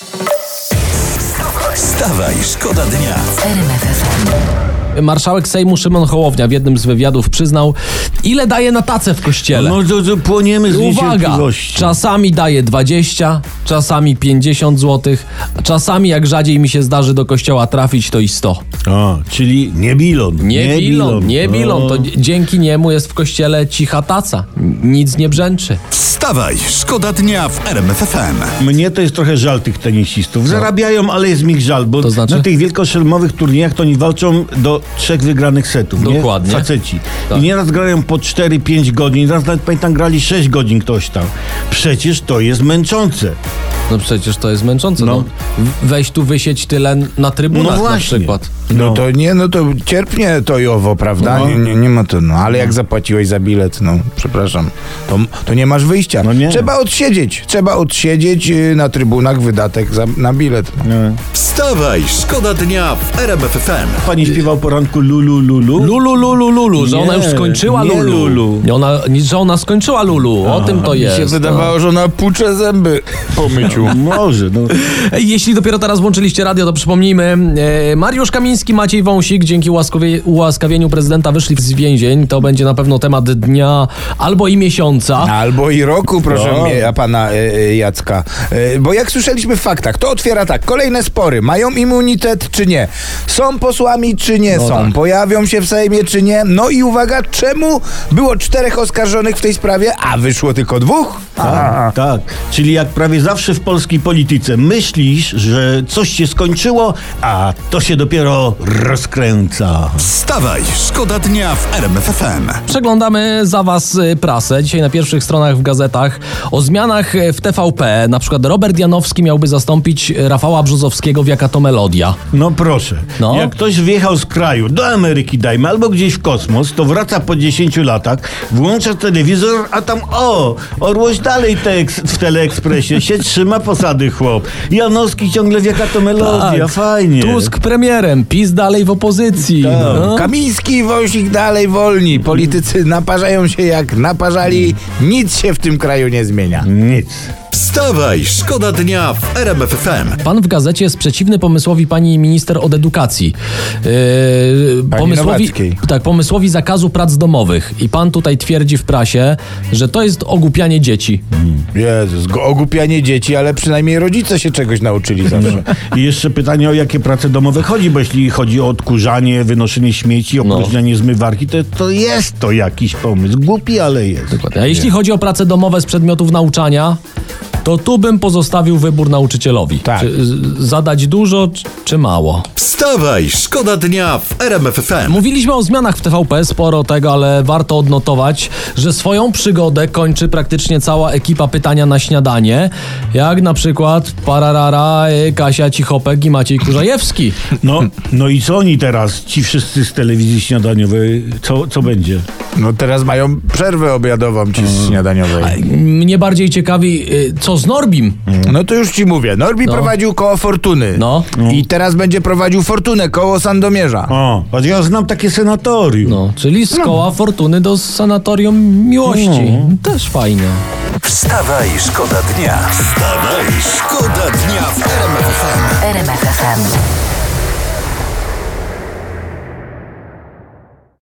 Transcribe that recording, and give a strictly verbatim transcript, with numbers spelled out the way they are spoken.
Wstawaj, szkoda dnia. Marszałek Sejmu Szymon Hołownia w jednym z wywiadów przyznał, ile daje na tacę w kościele. No to, to płoniemy z Uwaga, niecierpliwości. czasami daje dwadzieścia, czasami pięćdziesiąt złotych, a czasami jak rzadziej mi się zdarzy do kościoła trafić, to i sto. O, czyli nie bilon. Nie, nie bilon, nie bilon, O. to dzięki niemu jest w kościele cicha taca. Nic nie brzęczy. Wstawaj, szkoda dnia w R M F F M. Mnie to jest trochę żal tych tenisistów. Zarabiają, ale jest mi ich żal, bo To znaczy? na tych wielkoszelmowych turniejach to oni walczą do trzech wygranych setów. Dokładnie. Nie? Faceci. Tak. I nieraz grają po cztery pięć godzin, raz nawet pamiętam grali sześć godzin ktoś tam. Przecież to jest męczące. No przecież to jest męczące. No. No. Weź tu wysieć tyle na trybunach No na właśnie. przykład. No to nie, no to cierpnie to i owo, prawda? No. Nie, nie, nie ma to, no ale jak zapłaciłeś za bilet, no przepraszam, to, to nie masz wyjścia. No nie. Trzeba odsiedzieć, trzeba odsiedzieć y, na trybunach wydatek za, na bilet. No. Wstawaj, szkoda dnia w R M F F M. Pani śpiewał poranku Lulu Lulu. Lulu, Lulu, Lulu, że Nie, ona już skończyła nie Lulu. Lulu. Nie, Ona, nie, że ona skończyła Lulu, o tym to Mi jest. się wydawało, że ona pucze zęby po myciu. Może, no. Ej, Jeśli dopiero teraz włączyliście radio, to przypomnijmy, e, Mariusz Kamiński, Maciej Wąsik dzięki ułaskawie, ułaskawieniu prezydenta wyszli z więzień. To będzie na pewno temat dnia albo i miesiąca. Albo i roku, proszę No. mnie, a pana e, e, Jacka. E, bo jak słyszeliśmy w faktach, to otwiera tak, kolejne spory. Mają immunitet czy nie? Są posłami czy nie No są? tak. Pojawią się w Sejmie czy nie? No i uwaga, czemu było czterech oskarżonych w tej sprawie, a wyszło tylko dwóch? Tak, tak. Czyli jak prawie zawsze w polskiej polityce myślisz, że coś się skończyło, a to się dopiero rozkręca. Wstawaj, szkoda dnia w R M F F M. Przeglądamy za was y, prasę. Dzisiaj na pierwszych stronach w gazetach o zmianach y, w T V P. Na przykład Robert Janowski miałby zastąpić Rafała Brzozowskiego w Jaka to Melodia. No proszę, No. jak ktoś wjechał z kraju, do Ameryki dajmy, albo gdzieś w kosmos, to wraca po dziesięciu latach, włącza telewizor, a tam o, Orłoś dalej tekst w Teleekspresie, się trzyma posady chłop. Janowski ciągle w Jaka to Melodia, Tak. fajnie. Tusk premierem, PiS dalej w opozycji. Tak. No. Kamiński i Wąsik dalej wolni. Politycy naparzają się jak naparzali. Nic się w tym kraju nie zmienia. Nic. Wstawaj, szkoda dnia w R M F F M. Pan w gazecie jest przeciwny pomysłowi pani minister od edukacji. Yy, Pani pomysłowi, Nowackiej. tak, pomysłowi zakazu prac domowych. I pan tutaj twierdzi w prasie, że to jest ogłupianie dzieci. Jezus, go- ogłupianie dzieci, ale przynajmniej rodzice się czegoś nauczyli zawsze. I jeszcze pytanie, o jakie prace domowe chodzi, bo jeśli chodzi o odkurzanie, wynoszenie śmieci, No. opróżnianie zmywarki, to, to jest to jakiś pomysł. Głupi, ale jest. A jeśli chodzi o prace domowe z przedmiotów nauczania, to tu bym pozostawił wybór nauczycielowi. Tak. Czy z- zadać dużo, czy, czy mało? Wstawaj, szkoda dnia w R M F F M. Mówiliśmy o zmianach w T V P, sporo tego, ale warto odnotować, że swoją przygodę kończy praktycznie cała ekipa Pytania na śniadanie, jak na przykład Pararara, y, Kasia Cichopek i Maciej Kurzajewski. No, no i co oni teraz, ci wszyscy z telewizji śniadaniowej, co, co będzie? No teraz mają przerwę obiadową czy śniadaniowej. Mnie bardziej ciekawi, y, co z Norbim? No to już ci mówię. Norbi No. prowadził koło Fortuny. No. I teraz będzie prowadził Fortunę koło Sandomierza. O, a ja znam takie senatorium. No, czyli z koła Fortuny do Sanatorium Miłości. Też fajnie. Wstawaj, szkoda dnia. Wstawaj, szkoda dnia w R M F F M. R M F F M.